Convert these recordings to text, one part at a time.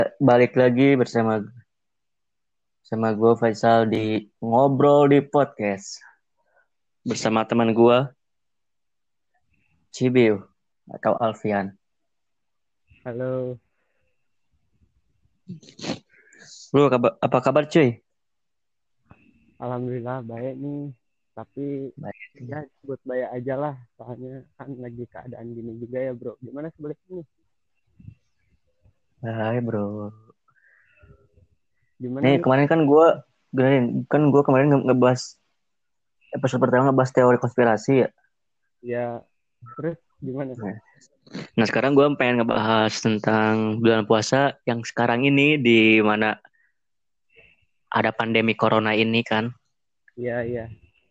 Balik lagi bersama gue Faisal di Ngobrol di Podcast bersama teman gue Cibiu atau Alfian. Halo, Bro, apa kabar cuy? alhamdulillah baik nih. Tapi Baik. ya buat baik aja lah, soalnya kan lagi keadaan gini juga ya bro. Gimana sebaliknya nih? Baik bro. Gimana Nih nih? kemarin kan gue kemarin ngebahas episode pertama ngebahas teori konspirasi ya. Ya, terus gimana? Nah, nah, sekarang gue pengen ngebahas tentang bulan puasa yang sekarang ini di mana ada pandemi corona ini kan. Iya, iya.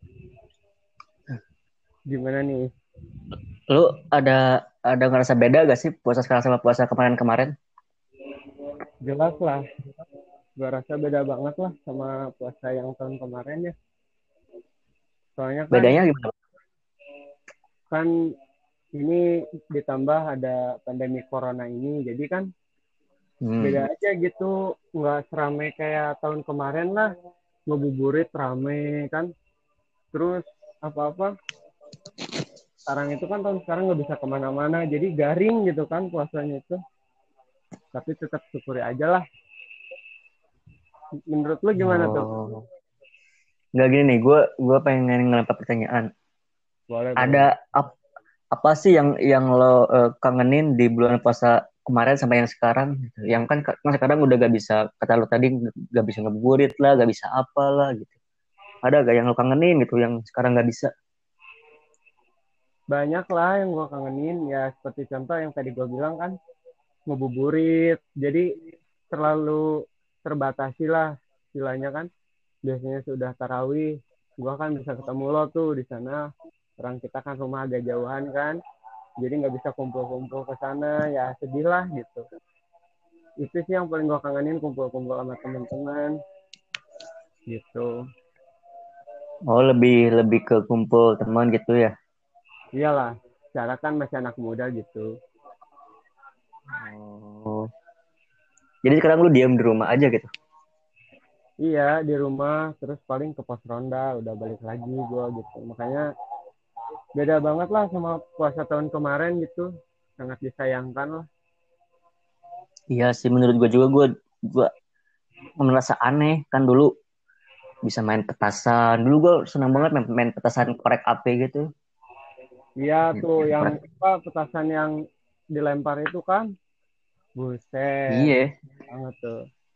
Gimana nih? Lu ada ngerasa beda gak sih puasa sekarang sama puasa kemarin-kemarin? Jelas lah, gua rasa beda banget lah sama puasa yang tahun kemarin ya. Soalnya kan, Bedanya gimana? kan ini ditambah ada pandemi corona ini, jadi kan beda Hmm. aja gitu. Nggak seramai kayak tahun kemarin lah. Ngebuburit rame kan. Terus apa-apa sekarang itu kan tahun sekarang nggak bisa kemana-mana jadi garing gitu kan puasanya itu, tapi tetap syukuri aja lah. Menurut lu gimana tuh? Oh, nggak gini nih, gue pengen ngelempar pertanyaan. Boleh, boleh. Ada apa sih yang lo kangenin di bulan puasa kemarin sama yang sekarang? Gitu? Yang kan sekarang udah gak bisa, kata lo tadi gak bisa ngeburit lah, gak bisa apalah gitu. Ada gak yang lo kangenin gitu, yang sekarang gak bisa? Banyak lah yang gue kangenin ya, seperti contoh yang tadi gue bilang kan, ngebuburit jadi terlalu terbatasi lah istilahnya kan. Biasanya sudah tarawih gue kan bisa ketemu lo tuh di sana, orang kita kan rumah agak jauhan kan, jadi nggak bisa kumpul-kumpul ke sana, ya sedih lah gitu. Itu sih yang paling gue kangenin, kumpul-kumpul sama teman-teman gitu. Oh, lebih lebih ke kumpul teman gitu ya? Iyalah, secara kan masih anak muda gitu. Oh, jadi sekarang lu diam di rumah aja gitu? Iya, di rumah terus paling ke pos ronda udah balik lagi gue gitu. Makanya beda banget lah sama puasa tahun kemarin gitu, sangat disayangkan lah. Iya sih, menurut gue juga gue merasa aneh kan dulu bisa main petasan. Dulu gue senang banget main petasan korek api gitu. Iya tuh yang Korek. apa, petasan yang dilempar itu kan, buset Iya, banget tuh.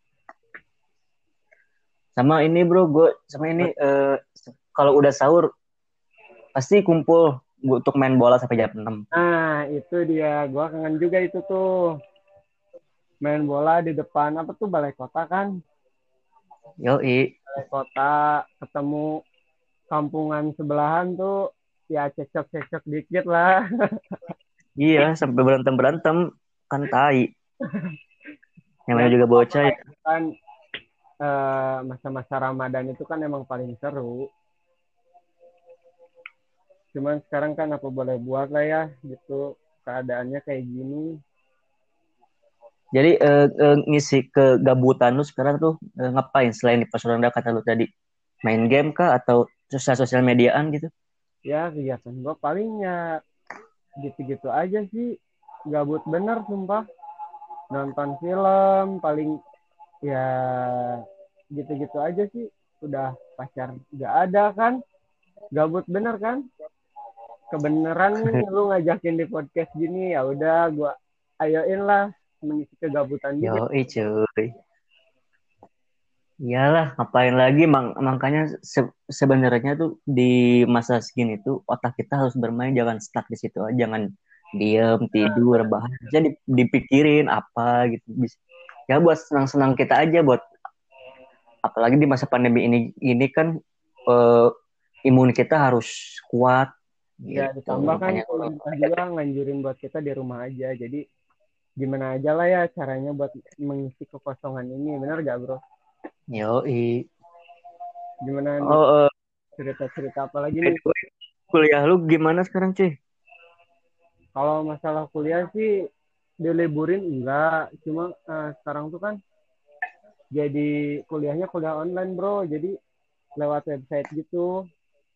sama ini bro, gue sama ini kalau udah sahur pasti kumpul untuk main bola sampai jam 6. Nah itu dia, gua kangen juga itu tuh, main bola di depan apa tuh, balai kota kan. Yoi, Balai kota ketemu kampungan sebelahan tuh, ya cekcok-cekcok dikit lah. iya sampai berantem-berantem kan tai. Yang Ya namanya juga nggak apa-apa bocah lah ya. itu kan, masa-masa Ramadan itu kan emang paling seru. Cuman sekarang kan apa boleh buat lah ya gitu, keadaannya kayak gini. Jadi ngisi kegabutan lu sekarang tuh ngapain selain di pos ronda kata lu tadi? Main game kah atau sosial mediaan gitu? Ya kegiatan gue palingnya gitu-gitu aja sih, gabut bener sumpah. Nonton film paling, ya gitu-gitu aja sih. Udah pacar gak ada kan, gabut bener kan. Kebeneran nih lu ngajakin di podcast gini, ya udah gua ayoin lah mengisi kegabutan juga. Yoi cuy. Iyalah, ngapain lagi makanya sebenarnya tuh di masa segini tuh otak kita harus bermain, jangan stuck di situ aja, jangan diem tidur bahagia dipikirin apa gitu. Ya buat senang-senang kita aja, buat apalagi di masa pandemi ini kan eh, imun kita harus kuat Ya gitu. ditambah kan Makanya pemerintah juga nganjurin buat kita di rumah aja, jadi gimana aja lah ya caranya buat mengisi kekosongan ini, bener gak bro? yoi. Gimana nih, Oh, cerita-cerita apa lagi by nih? the way, kuliah lu gimana sekarang cuy? Kalau masalah kuliah sih diliburin enggak, cuma sekarang tuh kan jadi kuliahnya kuliah online bro, jadi lewat website gitu,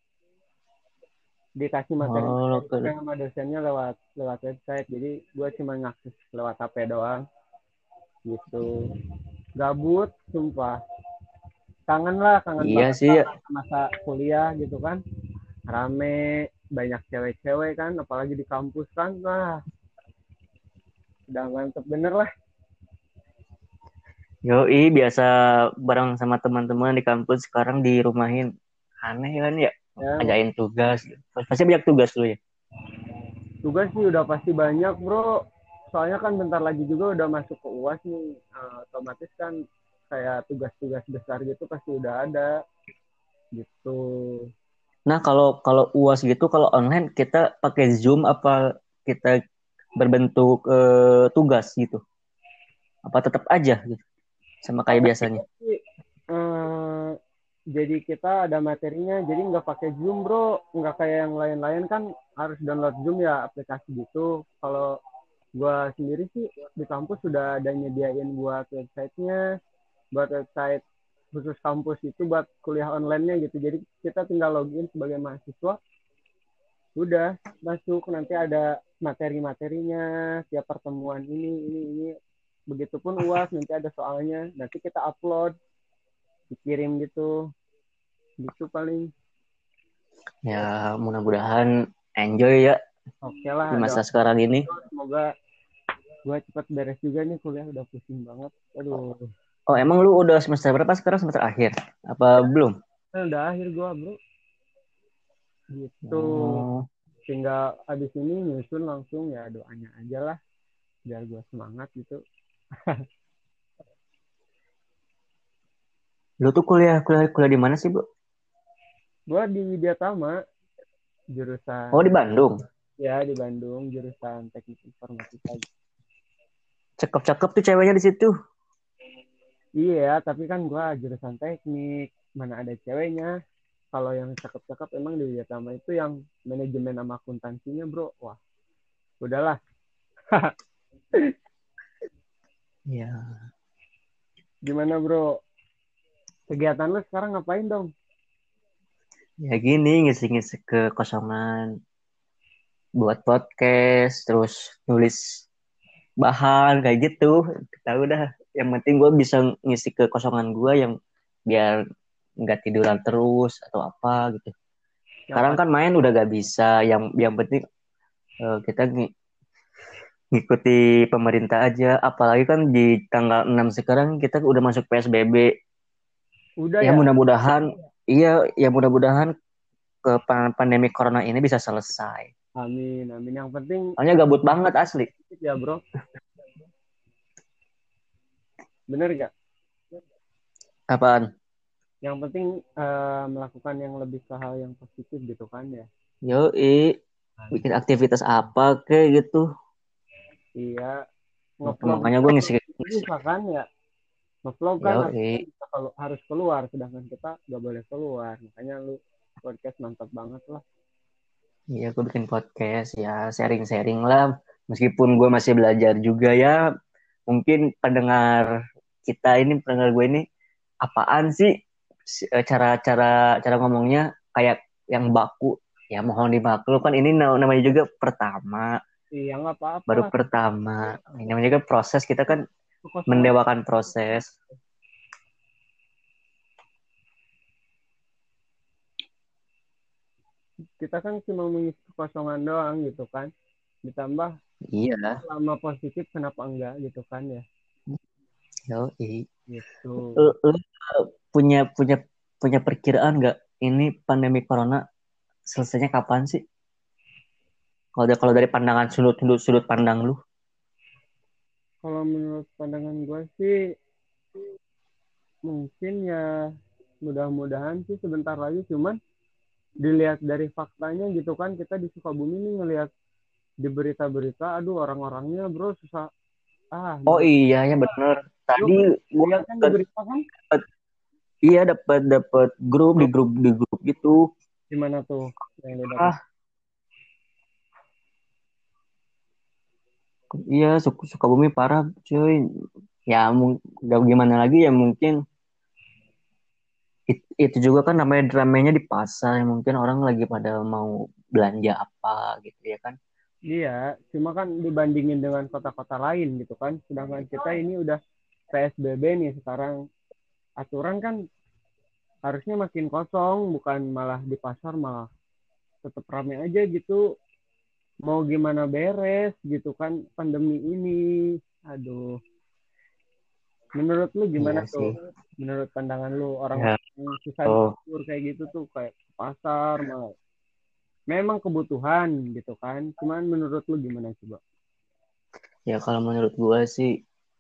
dikasih Oh, materi-materi sama dosennya lewat lewat website, jadi gue cuma ngakses lewat HP doang gitu. Gabut sumpah, kangen iya banget sih lah ya. masa kuliah gitu kan, rame, banyak cewek-cewek kan, apalagi di kampus kan, nah udah mantep bener lah. Yoi, biasa bareng sama teman-teman di kampus, sekarang dirumahin. Aneh kan ya, Ya ajain tugas. Pasti banyak tugas lu ya. tugas sih udah pasti banyak bro, soalnya kan bentar lagi juga udah masuk ke UAS nih. Otomatis kan kayak tugas-tugas besar gitu pasti udah ada gitu. Nah, kalau kalau UAS gitu, kalau online kita pakai Zoom apa kita berbentuk tugas gitu? Apa tetap aja gitu sama kayak Kalau biasanya? kita sih jadi kita ada materinya, jadi nggak pakai Zoom bro, nggak kayak yang lain-lain kan harus download Zoom ya aplikasi gitu. Kalau gua sendiri sih di kampus sudah ada nyediain buat websitenya, buat website khusus kampus itu buat kuliah online-nya gitu. Jadi kita tinggal login sebagai mahasiswa, udah masuk, nanti ada materi-materinya, tiap pertemuan ini. Begitupun UAS nanti ada soalnya, nanti kita upload, dikirim gitu, gitu paling. Ya, mudah-mudahan enjoy ya Oke lah, di doa masa sekarang ini. semoga gue cepat beres juga nih kuliah, udah pusing banget. Aduh, Oh, emang lu udah semester berapa sekarang? Semester akhir? Apa belum? kan udah akhir gue bro, gitu. Oh, Tinggal abis ini nyusun langsung, ya doanya aja lah biar gue semangat gitu. lu tuh kuliah di mana sih, Bu? Gue di Widyatama, jurusan Oh, di Bandung. ya di Bandung, jurusan teknik informatika. Cakep-cakep tuh ceweknya di situ. Iya, tapi kan gue jurusan teknik, mana ada ceweknya. Kalau yang cakep-cakep emang di Widyatama itu yang manajemen sama akuntansinya bro. Wah, udahlah. Ya, Gimana bro? Kegiatan lu sekarang ngapain dong? ya gini ngisi-ngisi kekosongan buat podcast, terus nulis bahan kayak gitu. Tahu dah. Yang penting gue bisa ngisi kekosongan gue yang biar nggak tiduran terus atau apa gitu. Yang Sekarang pas kan main udah gak bisa. Yang penting kita ngikuti pemerintah aja. Apalagi kan di tanggal 6 sekarang kita udah masuk PSBB. udah Ya ya? mudah-mudahan, iya, ya mudah-mudahan ke pandemi corona ini bisa selesai. Amin, amin. Yang penting Soalnya gabut banget asli. ya bro. Bener gak? Apaan? Yang penting melakukan yang lebih ke hal yang positif gitu kan ya. Yoi, bikin aktivitas apa kayak gitu. Iya, ngevlog Makanya gitu gue ngisi, ngisi. bisa kan ya. Ngevlog kan artinya Yoi. bisa harus keluar, sedangkan kita nggak boleh keluar. Makanya lu podcast mantap banget lah. Iya, gue bikin podcast ya, sharing-sharing lah. Meskipun gue masih belajar juga ya, mungkin pendengar kita ini, pendengar gue ini, apaan sih cara-cara cara ngomongnya kayak yang baku. Ya mohon dimaklum kan ini namanya juga pertama, Iya nggak apa-apa baru lah. pertama. Ini namanya juga proses, kita kan Kekosongan mendewakan proses. kita kan cuma mengisi kekosongan doang gitu kan. Ditambah Iya, lama positif kenapa enggak gitu kan ya. yoi. Gitu. Lu punya punya punya perkiraan nggak ini pandemi corona selesainya kapan sih? Kalau dari pandangan sudut pandang lu? Kalau menurut pandangan gue sih mungkin ya mudah-mudahan sih sebentar lagi, cuman dilihat dari faktanya gitu kan, kita di Sukabumi nih ngelihat di berita-berita, aduh orang-orangnya bro susah, Oh menurut iya ya bener. lu Tadi kan gua lihat kan di berita kan, iya dapat dapat grup di grup gitu. gimana tuh yang lu dapat? Ah Iya, Sukabumi parah, cuy. Ya, nggak gimana lagi ya mungkin itu juga kan namanya dramanya di pasar. Mungkin orang lagi pada mau belanja apa gitu ya kan. Iya, cuma kan dibandingin dengan kota-kota lain gitu kan. Sedangkan kita ini udah PSBB nih sekarang. Aturan kan harusnya makin kosong, bukan malah di pasar malah tetap rame aja gitu. Mau gimana beres gitu kan pandemi ini. Aduh, menurut lu gimana Iya tuh? sih. Menurut pandangan lu Ya, orang-orang yang susah oh, diatur kayak gitu tuh kayak ke pasar malah memang kebutuhan gitu kan. Cuman menurut lu gimana coba? ya kalau menurut gua sih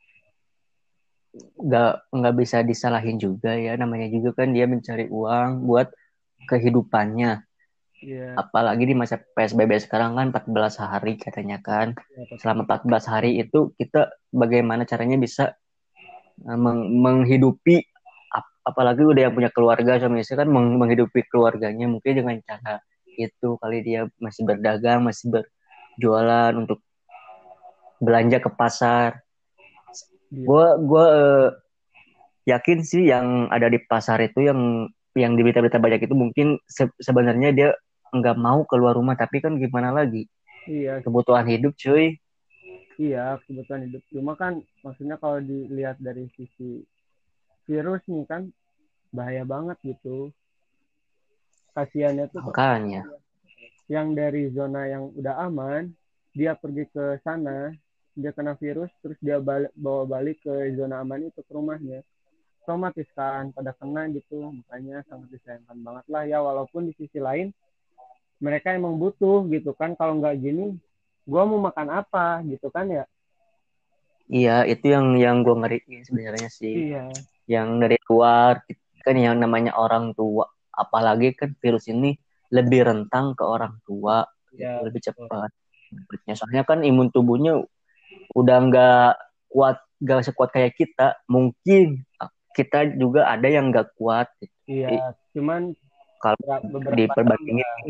nggak bisa disalahin juga ya. Namanya juga kan dia mencari uang buat kehidupannya. Iya, Apalagi di masa PSBB sekarang kan 14 hari katanya kan. ya, Selama 14 hari itu kita bagaimana caranya bisa menghidupi apalagi udah yang punya keluarga suami istri kan menghidupi keluarganya mungkin dengan cara itu kali dia masih berdagang masih berjualan untuk belanja ke pasar. iya. Gue yakin sih yang ada di pasar itu yang di berita-berita banyak itu mungkin sebenarnya dia nggak mau keluar rumah tapi kan gimana lagi Iya, kebutuhan hidup cuy. iya, kebutuhan hidup. Cuma kan maksudnya kalau dilihat dari sisi virus nih kan bahaya banget gitu. Kasiannya tuh Makanya yang dari zona yang udah aman, dia pergi ke sana, dia kena virus, terus dia bawa balik ke zona aman itu ke rumahnya. Otomatis kan pada kena gitu, makanya sangat disayangkan banget lah ya. Walaupun di sisi lain mereka emang butuh gitu kan. Kalau nggak gini, gua mau makan apa gitu kan ya? iya itu yang gue ngeriin sebenarnya sih Iya, yang dari luar kan yang namanya orang tua apalagi kan virus ini lebih rentang ke orang tua gitu iya, lebih betul. cepat. Soalnya kan imun tubuhnya udah nggak sekuat kayak kita mungkin kita juga ada yang nggak kuat gitu. Iya, Jadi, cuman kalau beberapa diperbandingin tambah.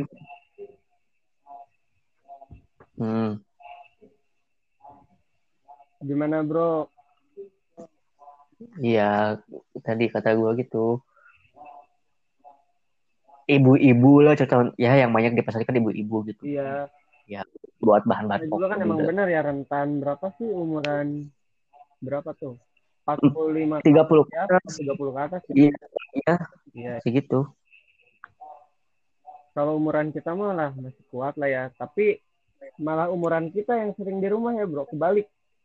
hmm, Gimana bro? ya tadi kata gue gitu ibu-ibu lah contoh ya yang banyak di pasar kan ibu-ibu gitu Iya, ya buat bahan-bahan nah juga pokok kan emang juga. benar ya rentan berapa sih umuran berapa tuh? 45 ke tiga atas puluh ya, atas 30 ke atas ya. iya iya Iya, segitu. kalau umuran kita malah masih kuat lah ya. Tapi malah umuran kita yang sering di rumah ya bro, kebalik.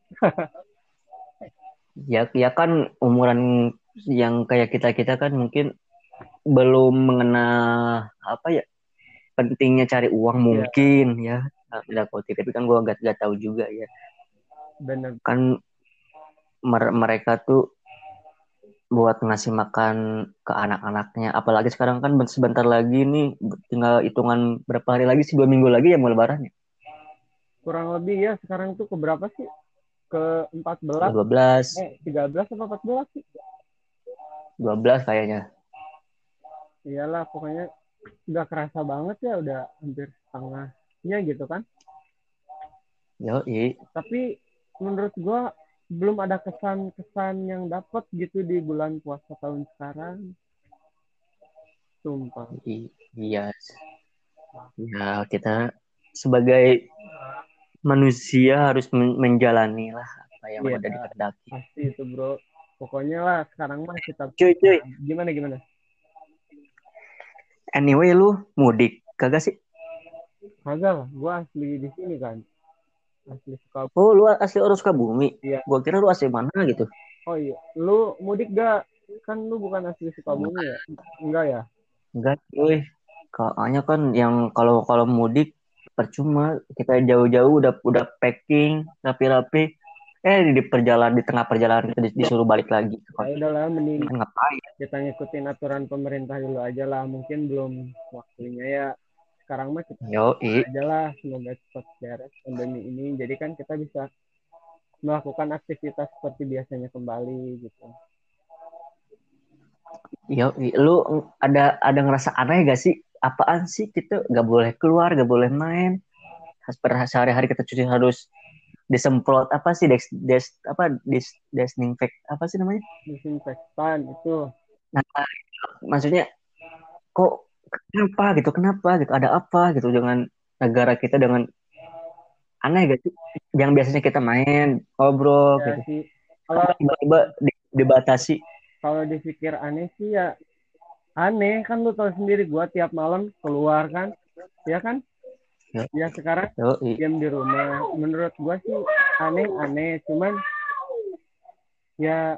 Ya ya kan umuran yang kayak kita kita kan mungkin belum mengenal apa ya pentingnya cari uang Iya, mungkin ya tidak kutip tapi kan gue gak tahu juga ya bener. kan mereka tuh buat ngasih makan ke anak-anaknya apalagi sekarang kan sebentar lagi nih tinggal hitungan berapa hari lagi sih 2 minggu lagi ya mau lebaran ya Kurang lebih ya sekarang tuh ke berapa sih? Ke 14, 12 13 apa 14 sih? 12 kayaknya. Iyalah pokoknya udah kerasa banget ya, udah hampir setengahnya gitu kan. Yoi. Tapi menurut gua belum ada kesan-kesan yang dapat gitu di bulan puasa tahun sekarang. Sumpah. Iya ya kita sebagai manusia harus menjalani lah apa yang Iya, udah dikehendaki. pasti itu bro. Pokoknya lah sekarang mah kita Cuy, gimana gimana. anyway lu mudik kagak sih? Kagak lah, gua asli di sini kan. Asli suka. Oh lu asli orang Sukabumi. Iya. Gua kira lu asli mana gitu. Oh iya, lu mudik gak? Kan lu bukan asli Sukabumi ya? Enggak ya? Enggak, cuy. Soalnya kan yang kalau kalau mudik percuma kita jauh-jauh udah packing rapi-rapi di perjalanan di tengah perjalanan kita disuruh balik lagi ke Ya kota. udahlah, mending Kan ngapain? kita ngikutin aturan pemerintah dulu aja lah. Mungkin belum waktunya ya. Sekarang mah kita Yo, aja lah. Semoga cepat beres pandemi ini. Jadi kan kita bisa melakukan aktivitas seperti biasanya kembali gitu. lu ada ngerasa aneh gak sih? Apaan sih kita nggak boleh keluar, nggak boleh main. Sehari-hari kita cuci harus disemprot apa sih desinfect apa sih namanya? Disinfektan itu. Nah, maksudnya kok kenapa gitu ada apa gitu dengan negara kita dengan aneh gitu yang biasanya kita main ngobrol Ya gitu sih. Kalau kenapa tiba-tiba dibatasi. kalau dipikir aneh sih ya aneh kan, lu tahu sendiri gua tiap malam keluar kan, ya kan? Yo, Ya sekarang yo, diam di rumah. Menurut gua sih aneh-aneh, cuman ya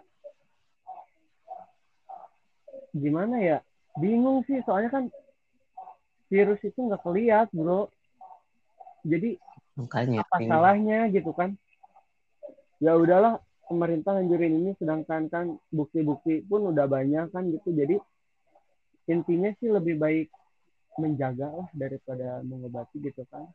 gimana ya? Bingung sih, soalnya kan virus itu nggak keliat, bro. Jadi makanya apa salahnya gitu kan? Ya udahlah, pemerintah nganjurin ini, sedangkan kan bukti-bukti pun udah banyak kan gitu. Jadi intinya sih lebih baik menjaga lah daripada mengobati gitu kan.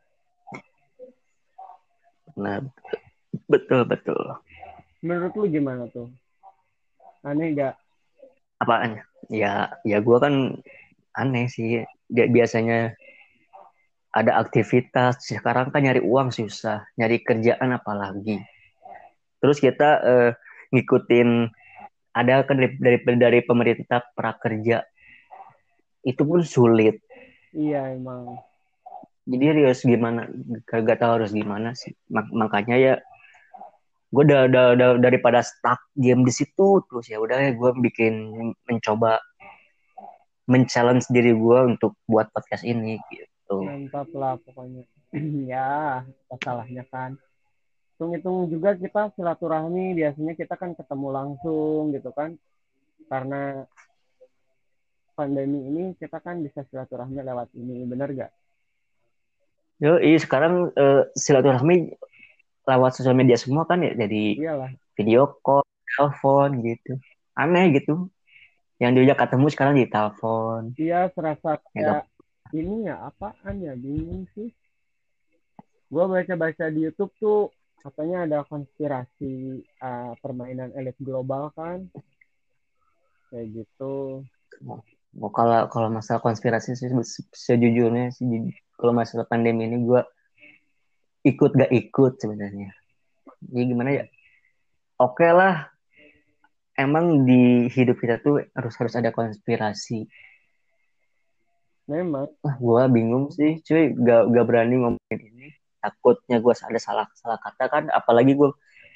nah betul betul Menurut lu gimana tuh? Aneh gak? apaan ya ya gue kan aneh sih dia biasanya ada aktivitas sekarang kan nyari uang susah nyari kerjaan apalagi terus kita ngikutin ada kan dari pemerintah prakerja itu pun sulit Iya emang. jadi harus gimana gak tahu harus gimana sih makanya ya gue udah daripada stuck diam di situ terus ya udah ya gue bikin mencoba men-challenge diri gue untuk buat podcast ini gitu. Mantap lah pokoknya. Ya, apa salahnya kan. Hitung-hitung juga kita silaturahmi, biasanya kita kan ketemu langsung gitu kan. Karena pandemi ini kita kan bisa silaturahmi lewat ini, bener gak? Yo, sekarang silaturahmi lewat sosial media semua kan ya jadi Iyalah. video call, telepon gitu. Aneh gitu. Yang diajak ketemu sekarang di telepon. Iya, serasa Ya kayak gak ini ya apaan ya, bingung sih. Gue baca-baca di YouTube tuh katanya ada konspirasi permainan elit global kan, kayak gitu. mau kalau kalau masalah konspirasi sih sejujurnya sih kalau masalah pandemi ini gue ikut gak ikut sebenarnya. Jadi gimana ya? Oke lah, emang di hidup kita tuh harus harus ada konspirasi. Memang, Wah, gue bingung sih, cuy, gak berani ngomongin ini. Takutnya gue ada salah salah kata kan, apalagi gue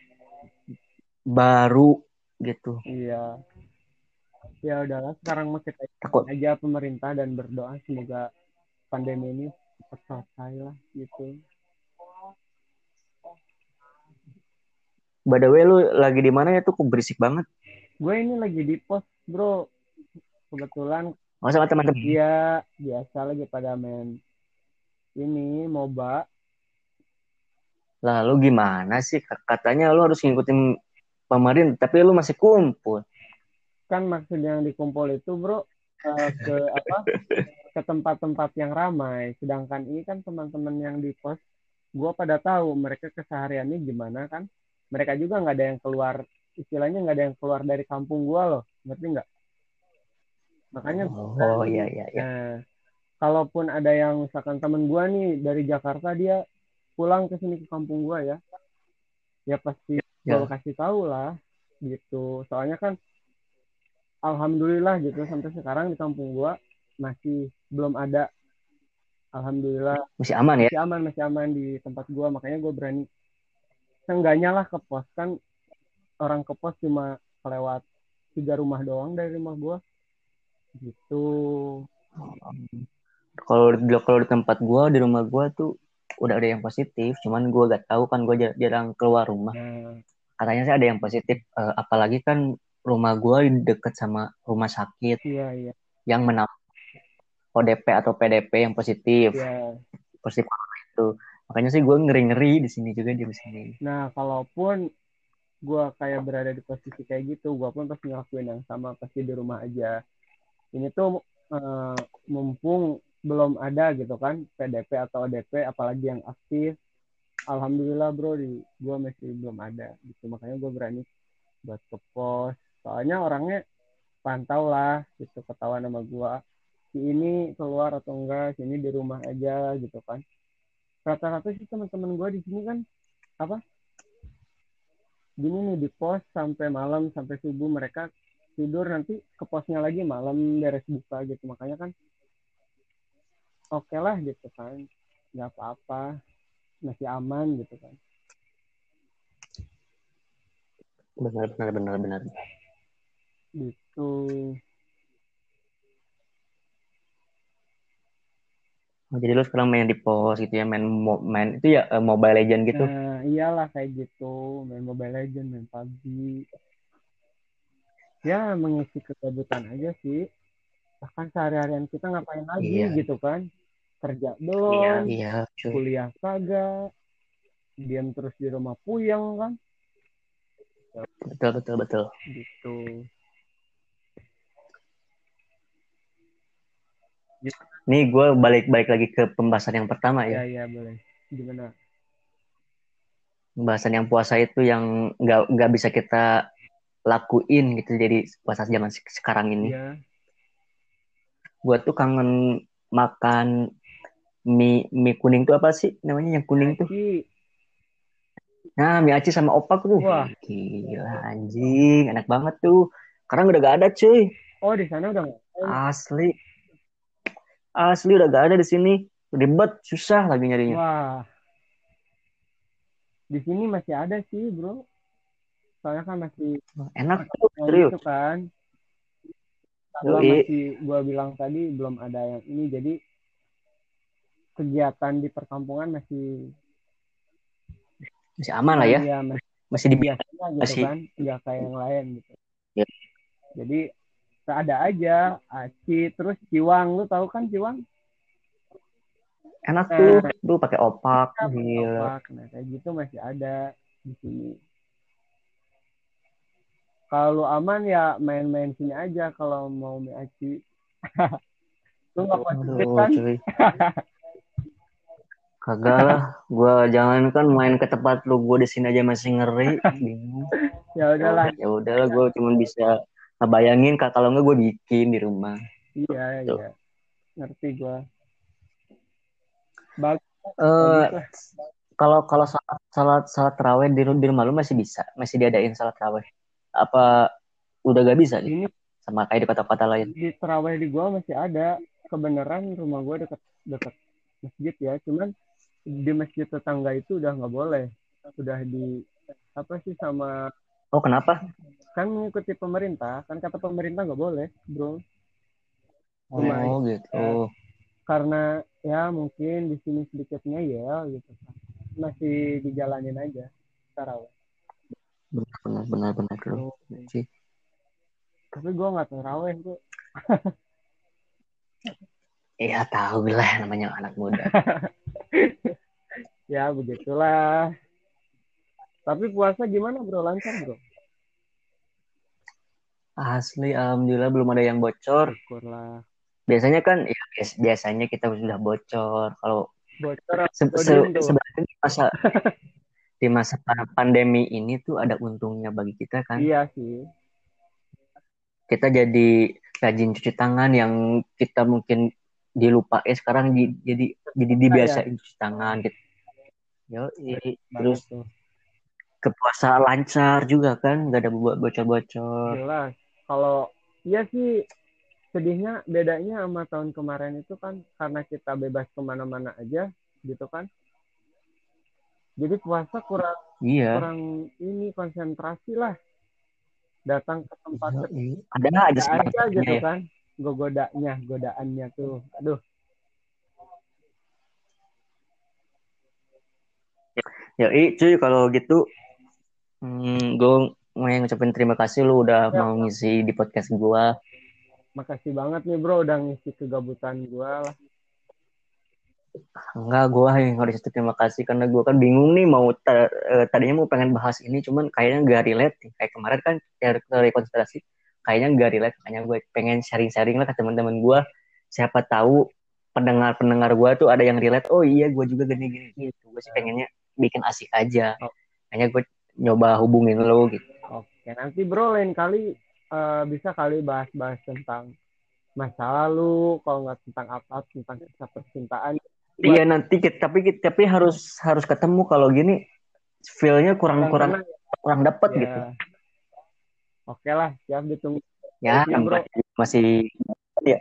baru gitu. iya. Ya udahlah, sekarang mah kita ikutin Takut. aja pemerintah dan berdoa semoga pandemi ini cepat selesai lah gitu. By the way, lu lagi di mana ya tuh? Kok berisik banget. Gue ini lagi di pos, bro. Kebetulan, Oh, sama teman-teman. ya biasa lagi pada main ini, MOBA. Lalu gimana sih? Katanya lu harus ngikutin pemerintah, tapi lu masih kumpul. Kan maksud yang dikumpul itu, bro, ke apa? Ke tempat-tempat yang ramai. Sedangkan ini kan teman-teman yang di pos, gue pada tahu mereka kesehariannya gimana kan. Mereka juga nggak ada yang keluar, istilahnya nggak ada yang keluar dari kampung gue loh. Ngerti nggak? Makanya Oh, iya, iya, iya. nah, kalaupun ada yang misalkan temen gue nih dari Jakarta, dia pulang ke sini ke kampung gue ya, ya pasti gue Ya, kasih tahu lah gitu. Soalnya kan alhamdulillah gitu sampai sekarang di kampung gue masih belum ada, alhamdulillah masih aman ya? masih aman di tempat gue. Makanya gue berani seenggaknya lah ke pos, kan orang ke pos cuma kelewat 3 rumah doang dari rumah gue gitu. Kalau di tempat gua, di rumah gua tuh udah ada yang positif, cuman gua gak tahu kan gua jarang keluar rumah. Nah, Katanya sih ada yang positif, apalagi kan rumah gua deket sama rumah sakit iya iya yang menampung ODP atau PDP yang positif, iya. positif corona itu. Makanya sih gua ngeri-ngeri di sini juga di sini. Nah, kalaupun gue kayak berada di posisi kayak gitu, gue pun pasti ngelakuin yang sama, pasti di rumah aja. Ini tuh eh, mumpung belum ada gitu kan PDP atau ODP, apalagi yang aktif. Alhamdulillah bro, di gue masih belum ada gitu. Makanya gue berani buat ke pos. Soalnya orangnya pantau lah gitu, ketahuan sama gue. Si ini keluar atau enggak, si ini di rumah aja gitu kan. Rata-rata sih teman-teman gue di sini kan apa? gini nih di pos sampai malam sampai subuh, mereka tidur nanti ke posnya lagi malam beres buka gitu, makanya kan oke lah gitu kan, nggak apa-apa, masih aman gitu kan. Benar, benar, benar, benar. Gitu. Oh, jadi lu sekarang main di pos gitu ya, main itu ya Mobile Legend gitu. Nah iyalah kayak gitu, main Mobile Legends, main PUBG, ya mengisi kegabutan aja sih. Bahkan sehari-harian kita ngapain lagi Iya, gitu kan, kerja iya, doang, iya, cuy. kuliah kagak, diam terus di rumah puyeng kan. Betul, betul, betul. Gitu. Gitu. Nih gue balik lagi ke pembahasan yang pertama ya. Ya ya boleh, gimana. Pembahasan yang puasa itu yang nggak bisa kita lakuin gitu. Jadi puasa zaman sekarang ini. Iya. Gue tuh kangen makan mie kuning tuh apa sih namanya yang kuning tuh? Aci. Nah, mie aci sama opak tuh. Wah. Gila anjing, enak banget tuh. Sekarang udah gak ada cuy. Oh di sana udah nggak ada nih. Asli, asli udah gak ada di sini. Ribet, susah lagi nyarinya. Wah, di sini masih ada sih bro, soalnya kan masih Enak tuh, yang serius. gitu kan. Gua Yoi, masih, gua bilang tadi belum ada yang ini, jadi kegiatan di perkampungan masih masih aman lah ya. ya masih Masih seperti di biasanya gitu masih. kan, nggak kayak yang lain gitu. Ya, Jadi ada aja aci, terus ciwang, lu tahu kan ciwang. enak tuh, Nah tuh pakai opak, pakai gila. opak, nah kayak gitu masih ada di sini. Kalau aman ya main-main sini aja kalau mau mie aci. Lu nggak positif Aduh, kan? cuy. Kagak lah, gua jangan kan main ke tempat lu, gua di sini aja masih ngeri, bingung. Ya udahlah. Ya udahlah, gua cuma bisa ngebayangin, kalau nggak gua bikin di rumah. Iya Tuh. iya, ngerti gua. Bagus kayak Eh, gitu lah. kalau kalau salat salat salat tarawih di rumah lu masih bisa, masih diadain salat tarawih. Apa udah gak bisa gitu? Ini Sama kayak di kota-kota lain. di terawih di gua masih ada. Kebenaran rumah gua deket deket masjid ya, cuman di masjid tetangga itu udah nggak boleh. Udah di apa sih sama, Oh, kenapa? kan mengikuti pemerintah, kan kata pemerintah nggak boleh bro. Cuma Oh, gitu. ya, karena ya mungkin di sini sedikitnya ya gitu kan, masih dijalanin aja tarawih. Benar, benar, benar, benar lu. Tuh. Sih. Tapi gue nggak tarawih tuh. Iya, tahu lah namanya anak muda. Ya begitulah. Tapi puasa gimana bro, lancar bro? Asli, alhamdulillah belum ada yang bocor. Syukurlah. Biasanya kan, ya biasanya kita sudah bocor. Kalau Bocor apa godin tuh? sebenarnya di masa pandemi ini tuh ada untungnya bagi kita kan. Iya sih. Kita jadi rajin cuci tangan yang kita mungkin dilupain sekarang jadi Nah, ya dibiasain cuci tangan gitu. Yo, banget terus tuh. kepuasa lancar juga kan, nggak ada bocor-bocor. Jelas. Kalau iya sih, sedihnya bedanya sama tahun kemarin itu kan karena kita bebas kemana-mana aja gitu kan. Jadi puasa kurang Iya, kurang ini konsentrasi lah. Datang ke tempat iya, kerja iya. Ada aja aja sebab-sebabnya gitu ya. kan. Godaannya tuh. Aduh. Ya, cuy, kalau gitu, gue mau ngucapin terima kasih lu udah Ya, mau ngisi di podcast gue. makasih banget nih bro udah ngisi kegabutan gua lah. Enggak, gue yang harus terima kasih karena gue kan bingung nih mau tadinya mau pengen bahas ini, cuman kayaknya gak relate nih. Kayak kemarin kan teori konspirasi, kayaknya gak relate. Makanya gue pengen sharing-sharing lah ke teman-teman gue. Siapa tahu pendengar-pendengar gue tuh ada yang relate. Oh iya, gue juga gini-gini gitu. Gue sih pengennya bikin asik aja. Oh, Makanya gue nyoba hubungin lo gitu. oke, nanti bro lain kali bisa kali bahas-bahas tentang masa lalu, kalau nggak tentang apa, tentang kisah percintaan. Iya Buat nanti tapi harus harus ketemu kalau gini feel-nya kurang kurang tenang kurang dapet gitu. Ya, oke lah, siap ditunggu Ya baiknya bro. namanya masih ya.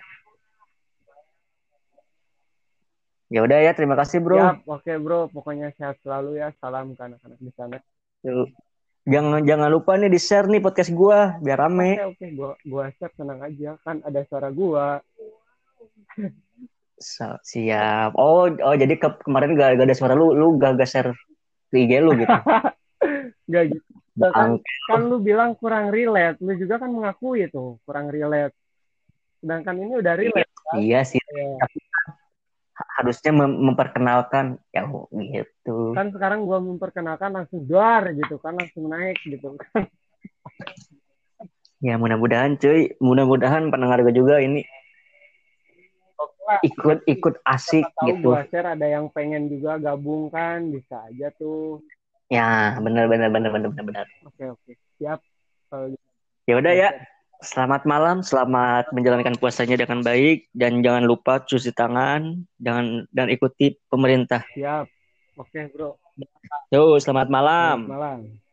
Ya udah ya, terima kasih bro. Siap, oke bro. Pokoknya sehat selalu ya. Salam ke anak-anak di sana. Tuh. Jangan jangan lupa nih di share nih podcast gua biar rame. Oke, oke. Gua share, tenang aja. Kan ada suara gua. Siap. Oh jadi kemarin gak ada suara lu gak share ke IG lu gitu. Gak gitu. Kan, Bang. kan lu bilang kurang relate. Lu juga kan mengakui itu kurang relate. Sedangkan ini udah Iya, relate kan? iya sih. Ya. Tapi harusnya memperkenalkan ya gitu. Kan sekarang gua memperkenalkan langsung duar gitu kan. Langsung naik gitu kan. Ya mudah-mudahan cuy, mudah-mudahan pendengar gue juga ini Oke lah. ikut asik Siapa tahu gitu. gua share ada yang pengen juga gabung kan. Bisa aja tuh. Ya benar benar benar benar benar benar. Oke, oke. Siap. Kalau gitu, Ya udah gua ya. share. Selamat malam, selamat menjalankan puasanya dengan baik dan jangan lupa cuci tangan dan ikuti pemerintah. Siap. Oke, bro. Yo, selamat Selamat malam. malam.